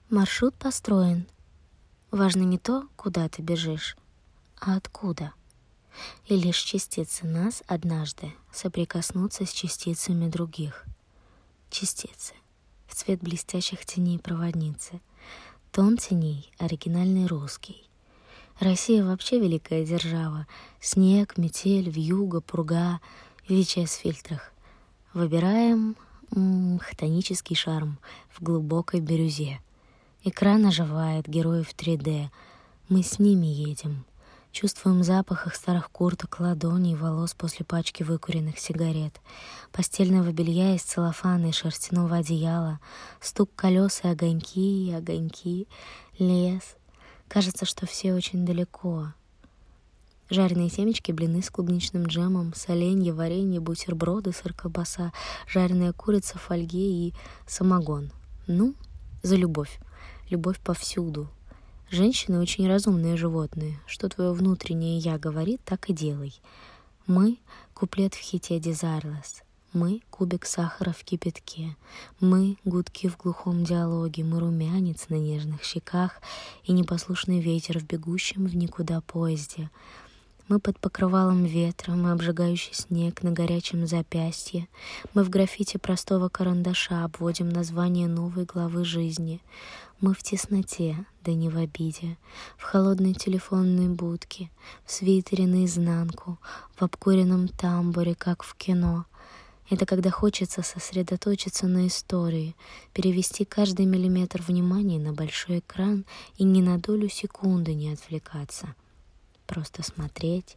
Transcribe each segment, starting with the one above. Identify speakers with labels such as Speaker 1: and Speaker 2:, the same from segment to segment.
Speaker 1: Маршрут построен. Важно не то, куда ты бежишь, а откуда. И лишь частицы нас однажды соприкоснутся с частицами других. Частицы в цвет блестящих теней проводницы. Тон теней оригинальный русский. Россия вообще великая держава. Снег, метель, вьюга, пурга, ВИЧС в фильтрах. Выбираем хтонический шарм в глубокой бирюзе. Экран оживает, героев 3D. Мы с ними едем. Чувствуем запах их старых курток, ладоней, волос после пачки выкуренных сигарет, постельного белья из целлофана и шерстяного одеяла, стук колес и огоньки, лес. Кажется, что все очень далеко. Жареные семечки, блины с клубничным джемом, соленья, варенье, бутерброды, сыр, колбаса, жареная курица в фольге и самогон. Ну, за любовь. Любовь повсюду. Женщины очень разумные животные. Что твое внутреннее «я» говорит, так и делай. Мы — куплет в хите «Дизарлес». Мы — кубик сахара в кипятке. Мы — гудки в глухом диалоге. Мы — румянец на нежных щеках и непослушный ветер в бегущем в никуда поезде. Мы под покрывалом ветра, мы обжигающий снег на горячем запястье. Мы в граффити простого карандаша обводим название новой главы жизни. Мы в тесноте, да не в обиде, в холодной телефонной будке, в свитере наизнанку, в обкуренном тамбуре, как в кино. Это когда хочется сосредоточиться на истории, перевести каждый миллиметр внимания на большой экран и ни на долю секунды не отвлекаться. Просто смотреть.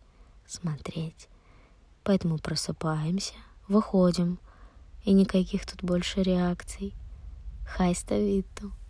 Speaker 1: Поэтому просыпаемся, выходим, и никаких тут больше реакций. Хай ставиту.